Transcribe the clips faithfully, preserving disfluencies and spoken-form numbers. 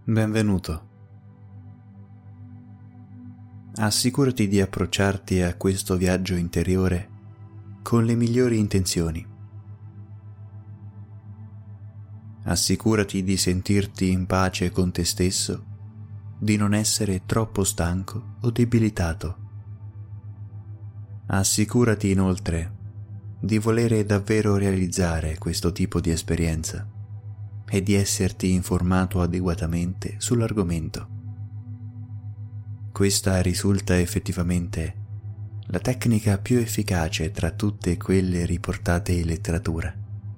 Benvenuto. Assicurati di approcciarti a questo viaggio interiore con le migliori intenzioni. Assicurati di sentirti in pace con te stesso, di non essere troppo stanco o debilitato. Assicurati inoltre di volere davvero realizzare questo tipo di esperienza e di esserti informato adeguatamente sull'argomento. Questa risulta effettivamente la tecnica più efficace tra tutte quelle riportate in letteratura.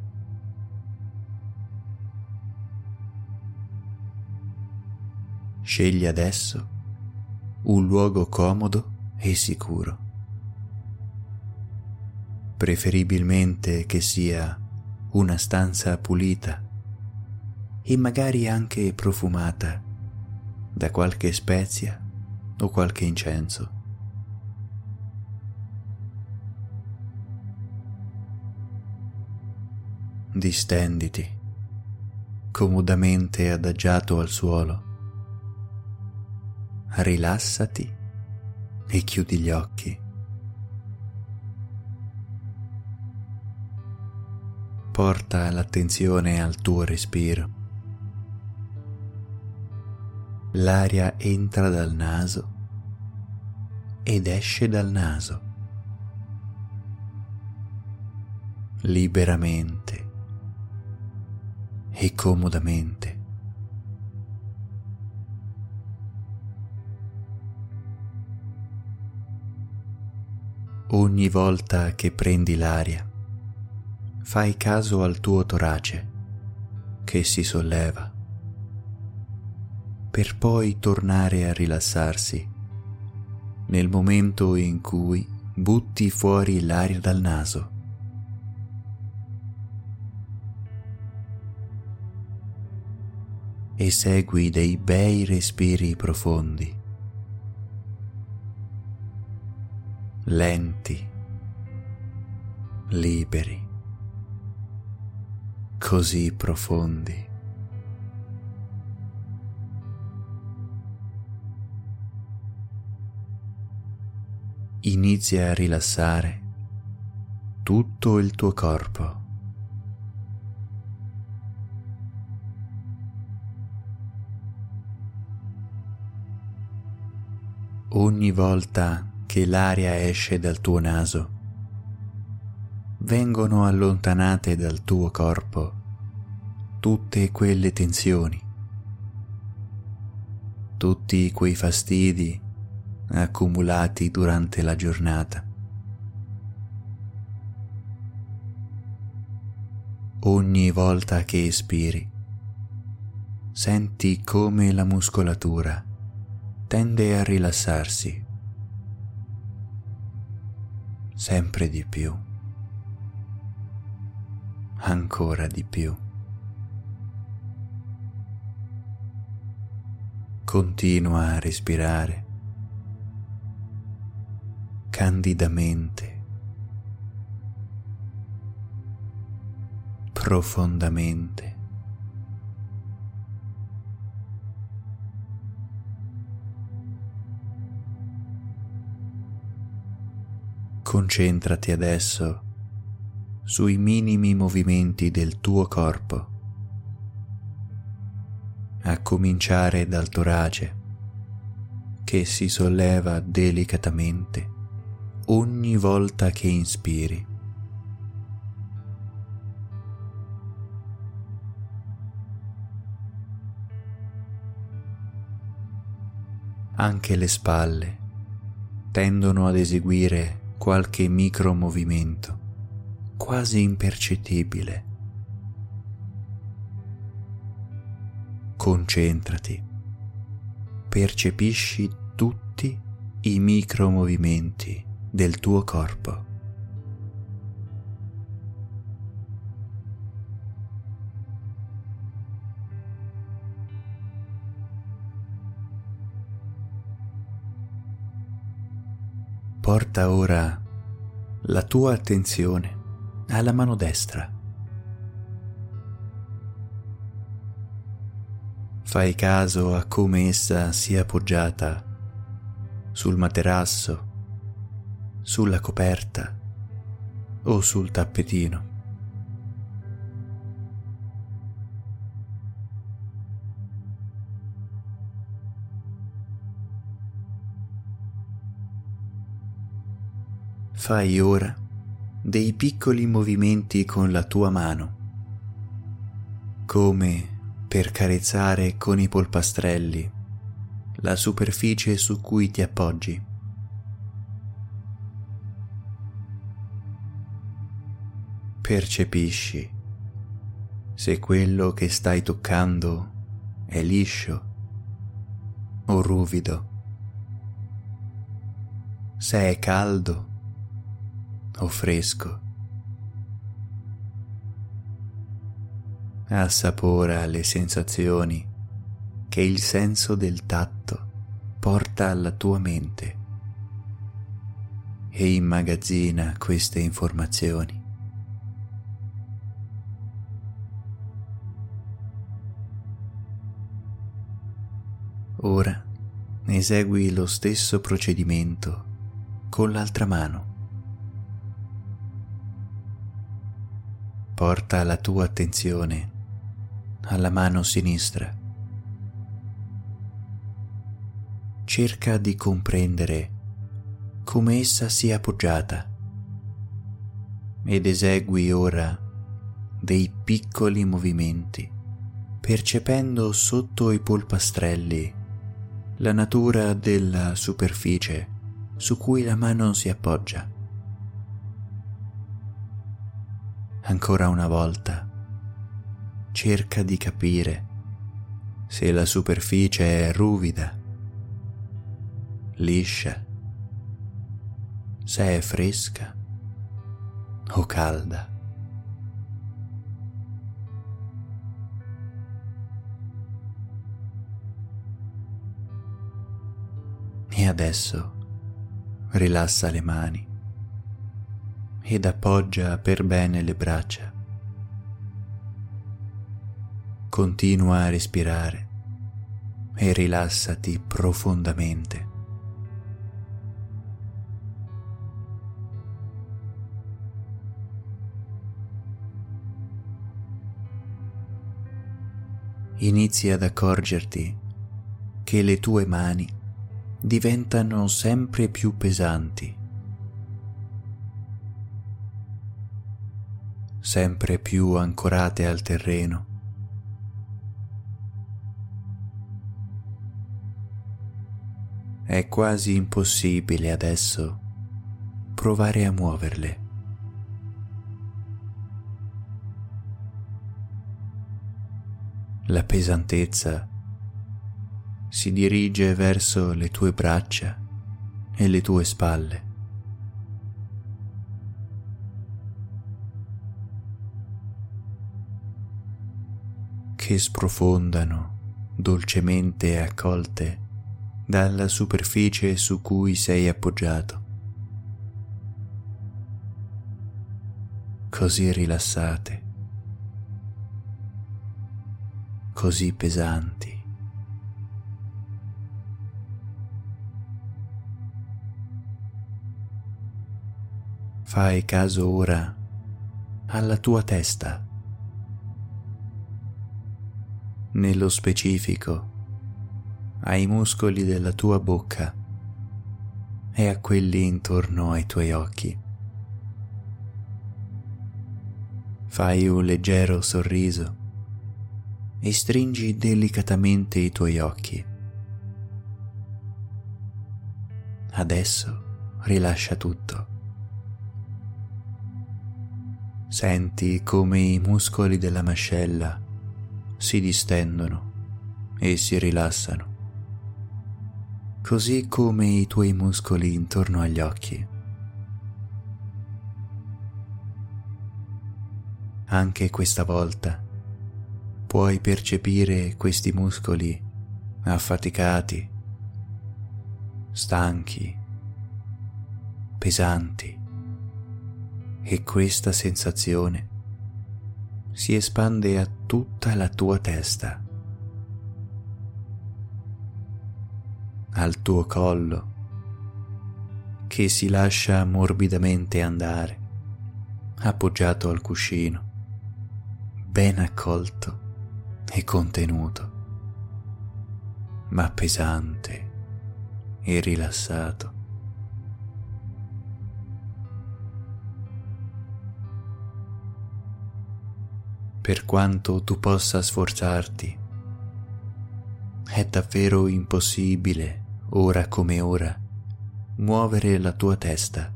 Scegli adesso un luogo comodo e sicuro, preferibilmente che sia una stanza pulita e magari anche profumata da qualche spezia o qualche incenso. Distenditi, comodamente adagiato al suolo. Rilassati e chiudi gli occhi. Porta l'attenzione al tuo respiro. L'aria entra dal naso ed esce dal naso, liberamente e comodamente. Ogni volta che prendi l'aria, fai caso al tuo torace che si solleva, per poi tornare a rilassarsi nel momento in cui butti fuori l'aria dal naso. Esegui dei bei respiri profondi, lenti, liberi, così profondi. Inizia a rilassare tutto il tuo corpo. Ogni volta che l'aria esce dal tuo naso, vengono allontanate dal tuo corpo tutte quelle tensioni, tutti quei fastidi accumulati durante la giornata. Ogni volta che espiri, senti come la muscolatura tende a rilassarsi sempre di più, ancora di più. Continua a respirare candidamente, profondamente. Concentrati adesso sui minimi movimenti del tuo corpo, a cominciare dal torace che si solleva delicatamente ogni volta che inspiri. Anche le spalle tendono ad eseguire qualche micromovimento quasi impercettibile. Concentrati, percepisci tutti i micromovimenti del tuo corpo. Porta ora la tua attenzione alla mano destra. Fai caso a come essa sia appoggiata sul materasso, sulla coperta o sul tappetino. Fai ora dei piccoli movimenti con la tua mano, come per carezzare con i polpastrelli la superficie su cui ti appoggi. Percepisci se quello che stai toccando è liscio o ruvido, se è caldo o fresco. Assapora le sensazioni che il senso del tatto porta alla tua mente e immagazzina queste informazioni. Ora esegui lo stesso procedimento con l'altra mano. Porta la tua attenzione alla mano sinistra. Cerca di comprendere come essa sia appoggiata ed esegui ora dei piccoli movimenti, percependo sotto i polpastrelli la natura della superficie su cui la mano si appoggia. Ancora una volta, cerca di capire se la superficie è ruvida, liscia, se è fresca o calda. E adesso rilassa le mani ed appoggia per bene le braccia. Continua a respirare e rilassati profondamente. Inizi ad accorgerti che le tue mani diventano sempre più pesanti, sempre più ancorate al terreno. È quasi impossibile adesso provare a muoverle. La pesantezza si dirige verso le tue braccia e le tue spalle. Che sprofondano dolcemente accolte dalla superficie su cui sei appoggiato. Così rilassate, così pesanti. Fai caso ora alla tua testa, nello specifico ai muscoli della tua bocca e a quelli intorno ai tuoi occhi. Fai un leggero sorriso e stringi delicatamente i tuoi occhi. Adesso rilascia tutto. Senti come i muscoli della mascella si distendono e si rilassano, così come i tuoi muscoli intorno agli occhi. Anche questa volta puoi percepire questi muscoli affaticati, stanchi, pesanti, e questa sensazione si espande a tutta la tua testa, al tuo collo che si lascia morbidamente andare, appoggiato al cuscino, ben accolto e contenuto, ma pesante e rilassato. Per quanto tu possa sforzarti, è davvero impossibile, ora come ora, muovere la tua testa,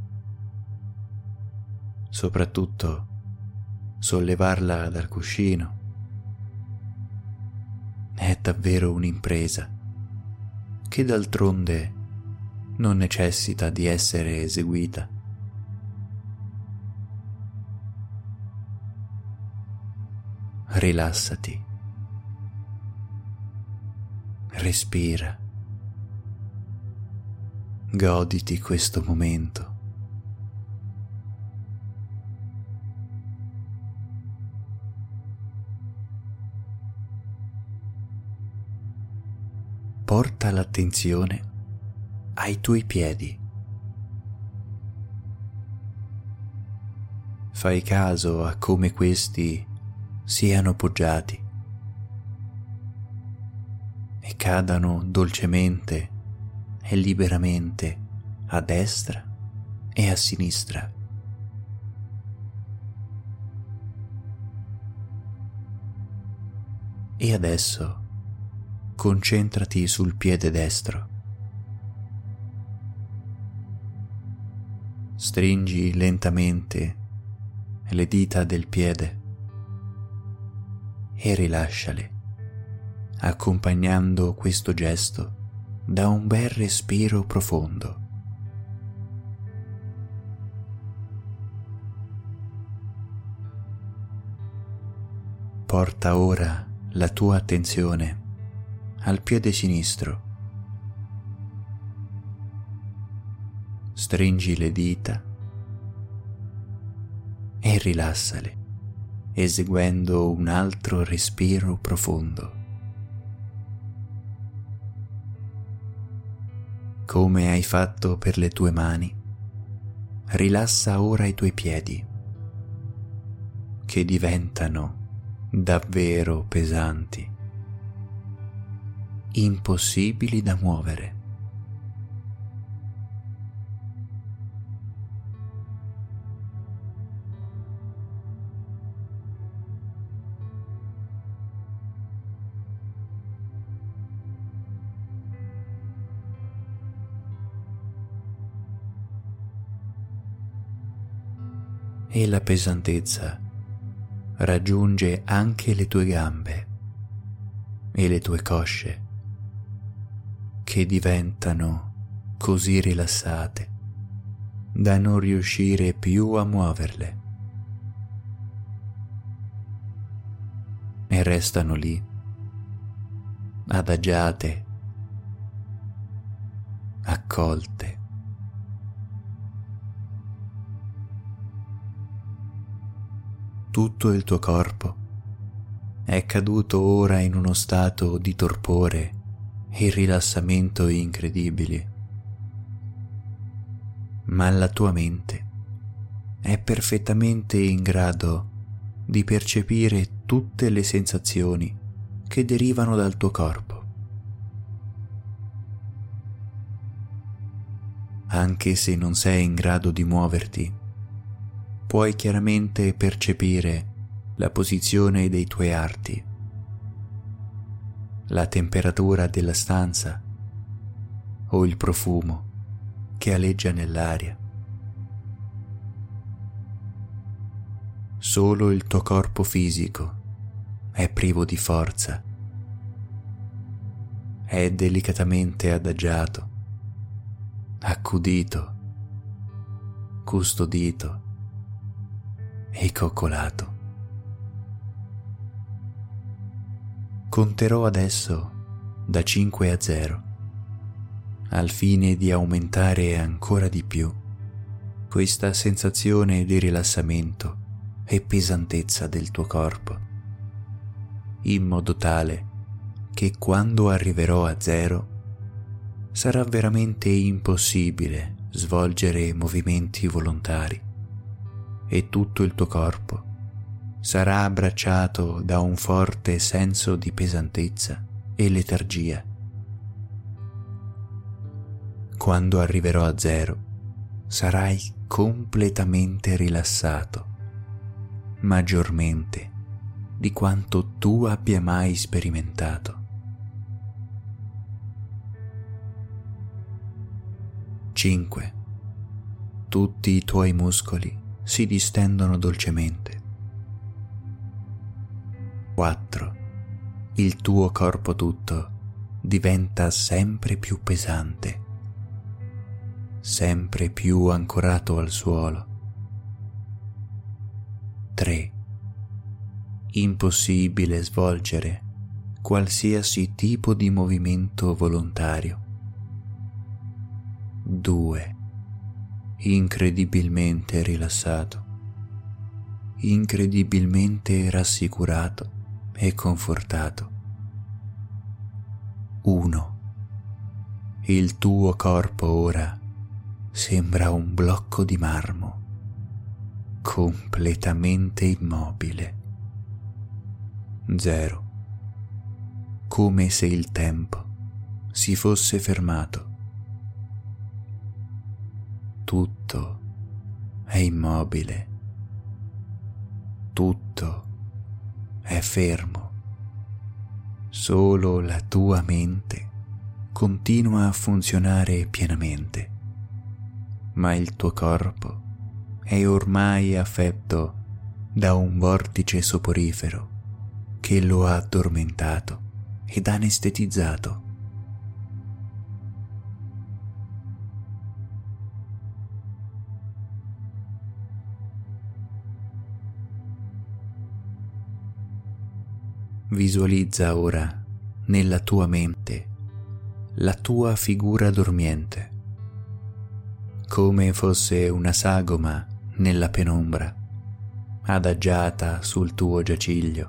soprattutto sollevarla dal cuscino. È davvero un'impresa che d'altronde non necessita di essere eseguita. Rilassati, respira, goditi questo momento. Porta l'attenzione ai tuoi piedi. Fai caso a come questi siano poggiati e cadano dolcemente e liberamente a destra e a sinistra. E adesso concentrati sul piede destro. Stringi lentamente le dita del piede e rilasciale, accompagnando questo gesto da un bel respiro profondo. Porta ora la tua attenzione al piede sinistro. Stringi le dita e rilassale, eseguendo un altro respiro profondo. Come hai fatto per le tue mani, rilassa ora i tuoi piedi, che diventano davvero pesanti, impossibili da muovere. E la pesantezza raggiunge anche le tue gambe e le tue cosce, che diventano così rilassate da non riuscire più a muoverle e restano lì, adagiate, accolte. Tutto il tuo corpo è caduto ora in uno stato di torpore e rilassamento incredibili, ma la tua mente è perfettamente in grado di percepire tutte le sensazioni che derivano dal tuo corpo. Anche se non sei in grado di muoverti, puoi chiaramente percepire la posizione dei tuoi arti, la temperatura della stanza o il profumo che aleggia nell'aria. Solo il tuo corpo fisico è privo di forza, è delicatamente adagiato, accudito, custodito e coccolato. Conterò adesso da cinque a zero, al fine di aumentare ancora di più questa sensazione di rilassamento e pesantezza del tuo corpo, in modo tale che quando arriverò a zero sarà veramente impossibile svolgere movimenti volontari e tutto il tuo corpo sarà abbracciato da un forte senso di pesantezza e letargia. Quando arriverò a zero, sarai completamente rilassato, maggiormente di quanto tu abbia mai sperimentato. cinque. Tutti i tuoi muscoli si distendono dolcemente. quattro. Il tuo corpo tutto diventa sempre più pesante, sempre più ancorato al suolo. tre. Impossibile svolgere qualsiasi tipo di movimento volontario. due. Incredibilmente rilassato, incredibilmente rassicurato e confortato. uno. Il tuo corpo ora sembra un blocco di marmo, completamente immobile. zero. Come se il tempo si fosse fermato. Tutto è immobile, tutto è fermo, solo la tua mente continua a funzionare pienamente, ma il tuo corpo è ormai affetto da un vortice soporifero che lo ha addormentato ed anestetizzato. Visualizza ora nella tua mente la tua figura dormiente, come fosse una sagoma nella penombra, adagiata sul tuo giaciglio,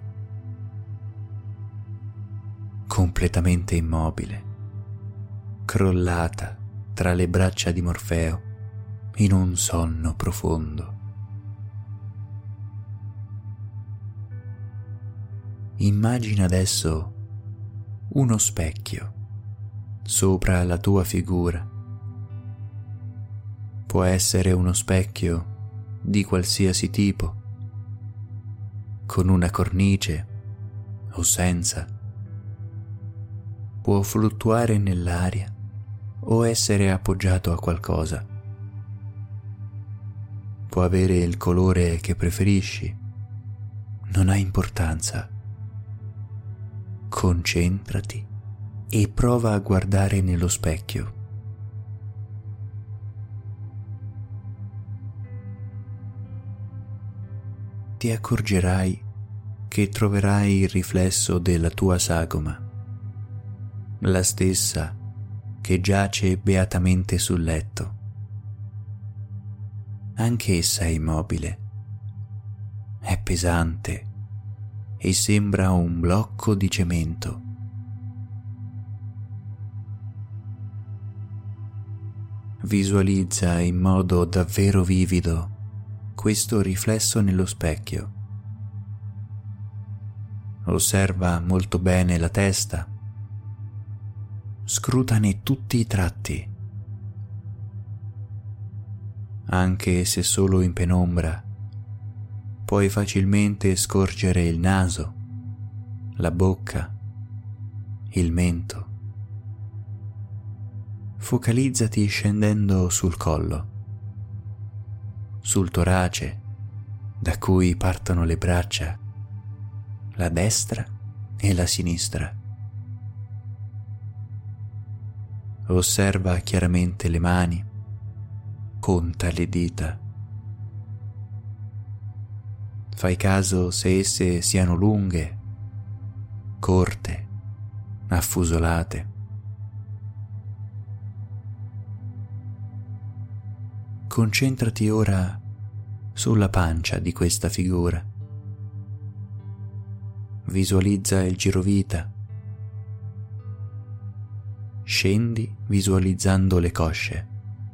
completamente immobile, crollata tra le braccia di Morfeo in un sonno profondo. Immagina adesso uno specchio sopra la tua figura. Può essere uno specchio di qualsiasi tipo, con una cornice o senza. Può fluttuare nell'aria o essere appoggiato a qualcosa. Può avere il colore che preferisci. Non ha importanza. Concentrati e prova a guardare nello specchio. Ti accorgerai che troverai il riflesso della tua sagoma, la stessa che giace beatamente sul letto. Anch'essa è immobile, è pesante e sembra un blocco di cemento. Visualizza in modo davvero vivido questo riflesso nello specchio. Osserva molto bene la testa. Scrutane tutti i tratti. Anche se solo in penombra, puoi facilmente scorgere il naso, la bocca, il mento. Focalizzati scendendo sul collo, sul torace, da cui partono le braccia, la destra e la sinistra. Osserva chiaramente le mani, conta le dita. Fai caso se esse siano lunghe, corte, affusolate. Concentrati ora sulla pancia di questa figura. Visualizza il girovita, Scendi visualizzando le cosce,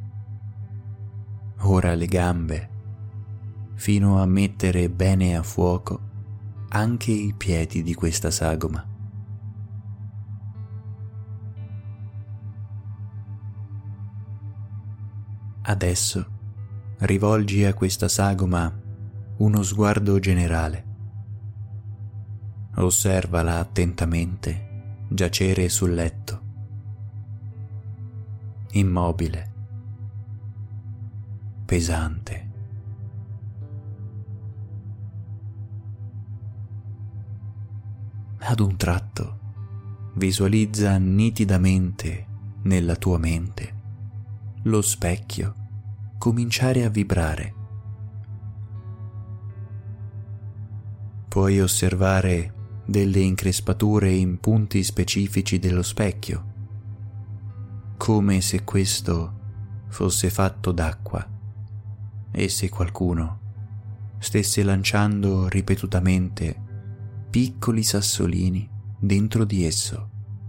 ora le gambe, fino a mettere bene a fuoco anche i piedi di questa sagoma. Adesso rivolgi a questa sagoma uno sguardo generale. Osservala attentamente giacere sul letto, immobile, pesante. Ad un tratto visualizza nitidamente nella tua mente lo specchio cominciare a vibrare. Puoi osservare delle increspature in punti specifici dello specchio, come se questo fosse fatto d'acqua e se qualcuno stesse lanciando ripetutamente piccoli sassolini dentro di esso.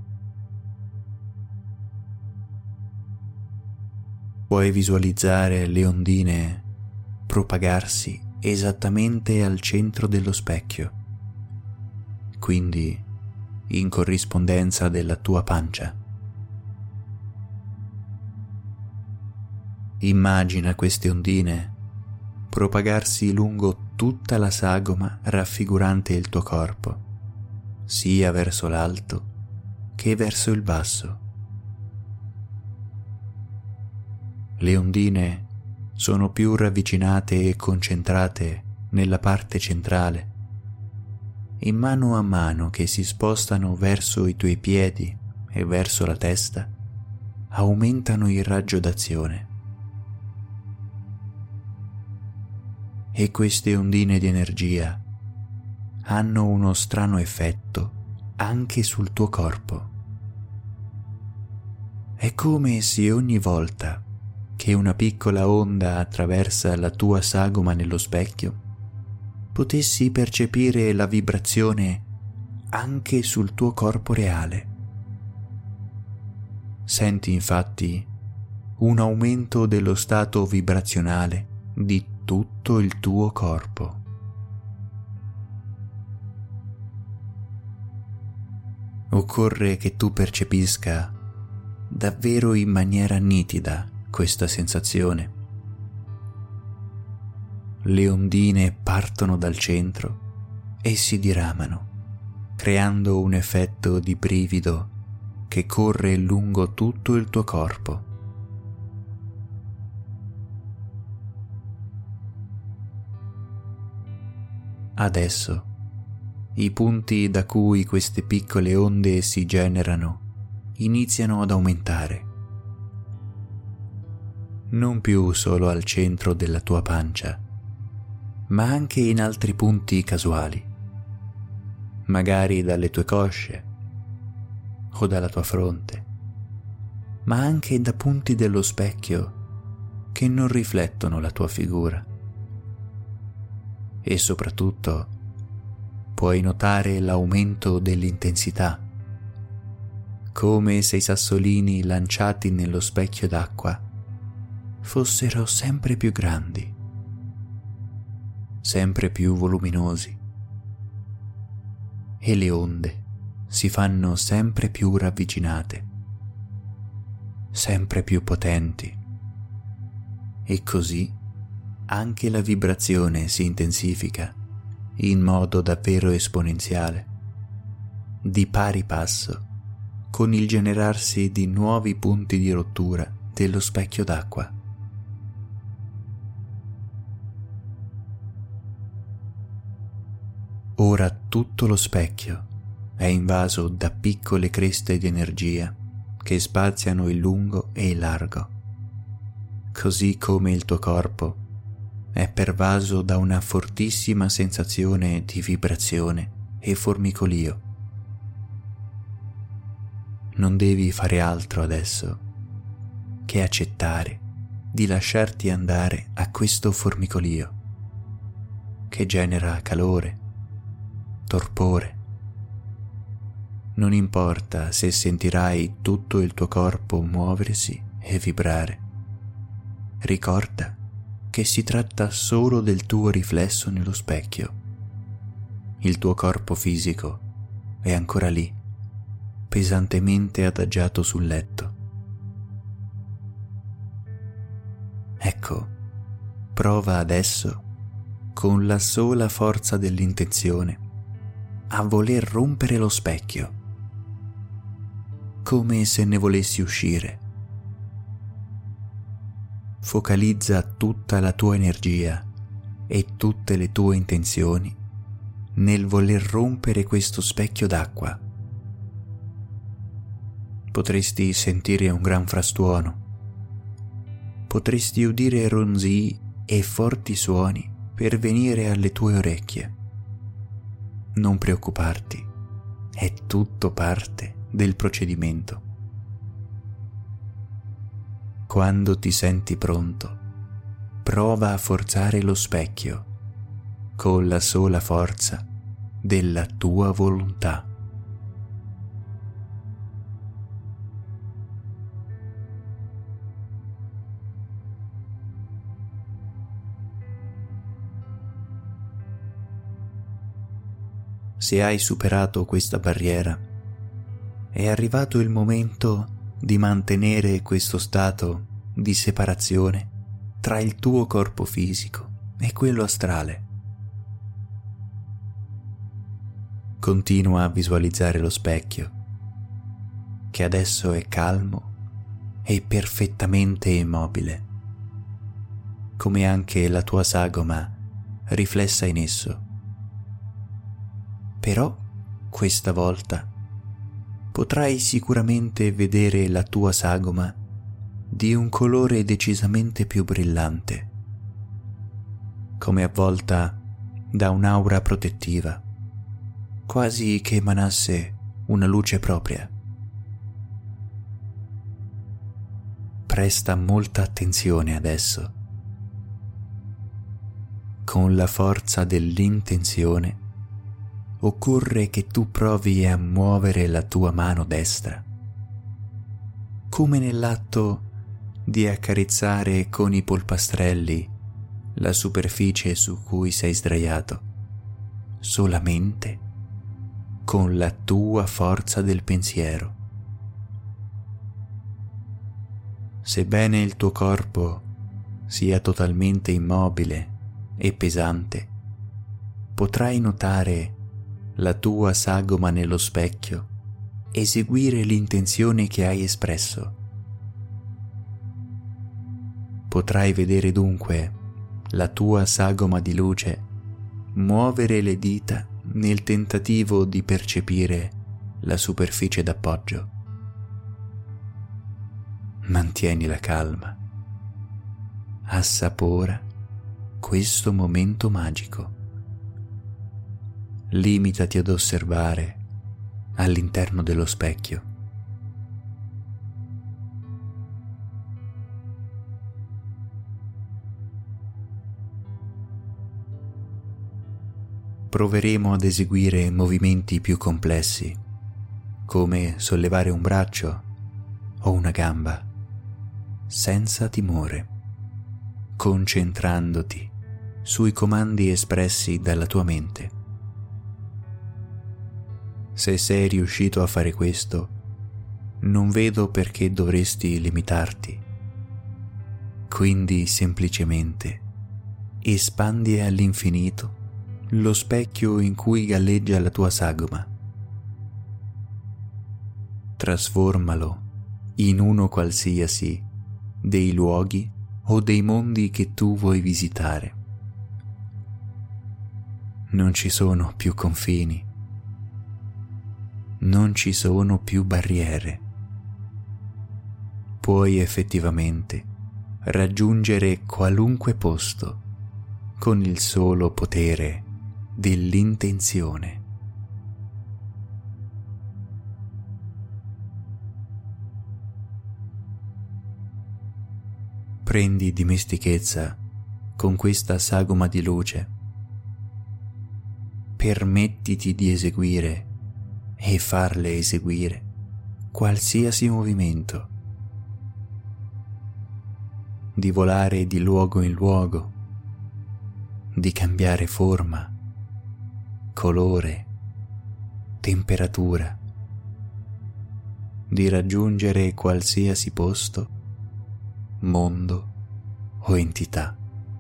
Puoi visualizzare le ondine propagarsi esattamente al centro dello specchio, quindi in corrispondenza della tua pancia. Immagina queste ondine propagarsi lungo tutta la sagoma raffigurante il tuo corpo, sia verso l'alto che verso il basso. Le ondine sono più ravvicinate e concentrate nella parte centrale, e mano a mano che si spostano verso i tuoi piedi e verso la testa, aumentano il raggio d'azione. E queste ondine di energia hanno uno strano effetto anche sul tuo corpo. È come se ogni volta che una piccola onda attraversa la tua sagoma nello specchio, potessi percepire la vibrazione anche sul tuo corpo reale. Senti infatti un aumento dello stato vibrazionale di tutto il tuo corpo. Occorre che tu percepisca davvero in maniera nitida questa sensazione. Le ondine partono dal centro e si diramano, creando un effetto di brivido che corre lungo tutto il tuo corpo. Adesso i punti da cui queste piccole onde si generano iniziano ad aumentare. Non più solo al centro della tua pancia, ma anche in altri punti casuali, magari dalle tue cosce o dalla tua fronte, ma anche da punti dello specchio che non riflettono la tua figura. E soprattutto puoi notare l'aumento dell'intensità, come se i sassolini lanciati nello specchio d'acqua fossero sempre più grandi, sempre più voluminosi, e le onde si fanno sempre più ravvicinate, sempre più potenti, e così anche la vibrazione si intensifica in modo davvero esponenziale, di pari passo con il generarsi di nuovi punti di rottura dello specchio d'acqua. Ora tutto lo specchio è invaso da piccole creste di energia che spaziano in lungo e in largo, così come il tuo corpo è pervaso da una fortissima sensazione di vibrazione e formicolio. Non devi fare altro adesso che accettare di lasciarti andare a questo formicolio che genera calore, torpore, Non importa se sentirai tutto il tuo corpo muoversi e vibrare. Ricorda che si tratta solo del tuo riflesso nello specchio. Il tuo corpo fisico è ancora lì, pesantemente adagiato sul letto. Ecco, prova adesso, con la sola forza dell'intenzione, a voler rompere lo specchio, come se ne volessi uscire. Focalizza tutta la tua energia e tutte le tue intenzioni nel voler rompere questo specchio d'acqua. Potresti sentire un gran frastuono, potresti udire ronzii e forti suoni pervenire alle tue orecchie. Non preoccuparti, è tutto parte del procedimento. Quando ti senti pronto, prova a forzare lo specchio con la sola forza della tua volontà. Se hai superato questa barriera, è arrivato il momento di mantenere questo stato di separazione tra il tuo corpo fisico e quello astrale. Continua a visualizzare lo specchio, che adesso è calmo e perfettamente immobile, come anche la tua sagoma riflessa in esso. Però questa volta potrai sicuramente vedere la tua sagoma di un colore decisamente più brillante, come avvolta da un'aura protettiva, quasi che emanasse una luce propria. Presta molta attenzione adesso. Con la forza dell'intenzione occorre che tu provi a muovere la tua mano destra, come nell'atto di accarezzare con i polpastrelli la superficie su cui sei sdraiato, solamente con la tua forza del pensiero. Sebbene il tuo corpo sia totalmente immobile e pesante, potrai notare la tua sagoma nello specchio, eseguire l'intenzione che hai espresso. Potrai vedere dunque la tua sagoma di luce muovere le dita nel tentativo di percepire la superficie d'appoggio. Mantieni la calma, assapora questo momento magico. Limitati ad osservare all'interno dello specchio. Proveremo ad eseguire movimenti più complessi, come sollevare un braccio o una gamba, senza timore, concentrandoti sui comandi espressi dalla tua mente. Se sei riuscito a fare questo, non vedo perché dovresti limitarti. Quindi semplicemente espandi all'infinito lo specchio in cui galleggia la tua sagoma. Trasformalo in uno qualsiasi dei luoghi o dei mondi che tu vuoi visitare. Non ci sono più confini. Non ci sono più barriere. Puoi effettivamente raggiungere qualunque posto con il solo potere dell'intenzione. Prendi dimestichezza con questa sagoma di luce. Permettiti di eseguire e farle eseguire qualsiasi movimento, di volare di luogo in luogo, di cambiare forma, colore, temperatura, di raggiungere qualsiasi posto, mondo o entità.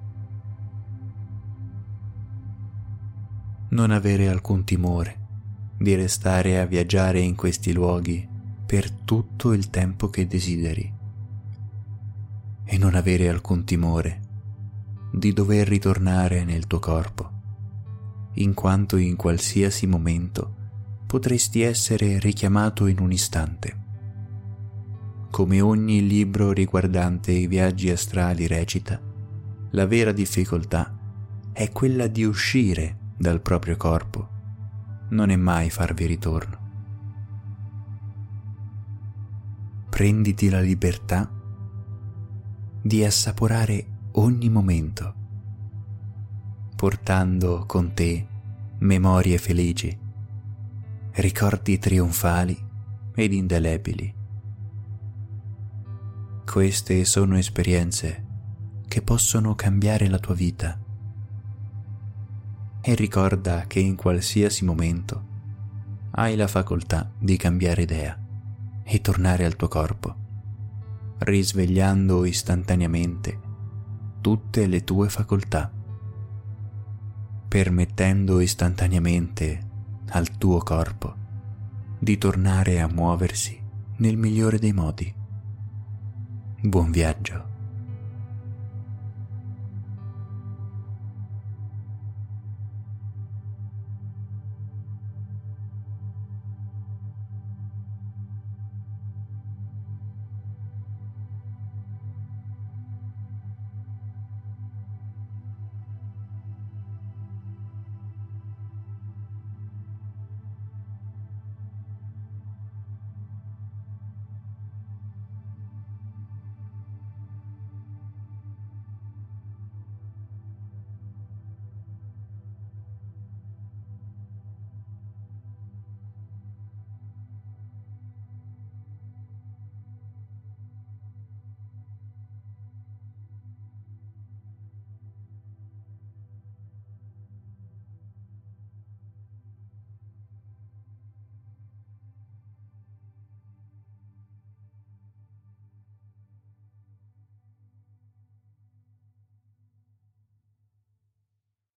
Non avere alcun timore di restare a viaggiare in questi luoghi per tutto il tempo che desideri e non avere alcun timore di dover ritornare nel tuo corpo, in quanto in qualsiasi momento potresti essere richiamato in un istante. Come ogni libro riguardante i viaggi astrali recita, la vera difficoltà è quella di uscire dal proprio corpo, non è mai farvi ritorno. Prenditi la libertà di assaporare ogni momento, portando con te memorie felici, ricordi trionfali ed indelebili. Queste sono esperienze che possono cambiare la tua vita. E ricorda che in qualsiasi momento hai la facoltà di cambiare idea e tornare al tuo corpo, risvegliando istantaneamente tutte le tue facoltà, permettendo istantaneamente al tuo corpo di tornare a muoversi nel migliore dei modi. Buon viaggio.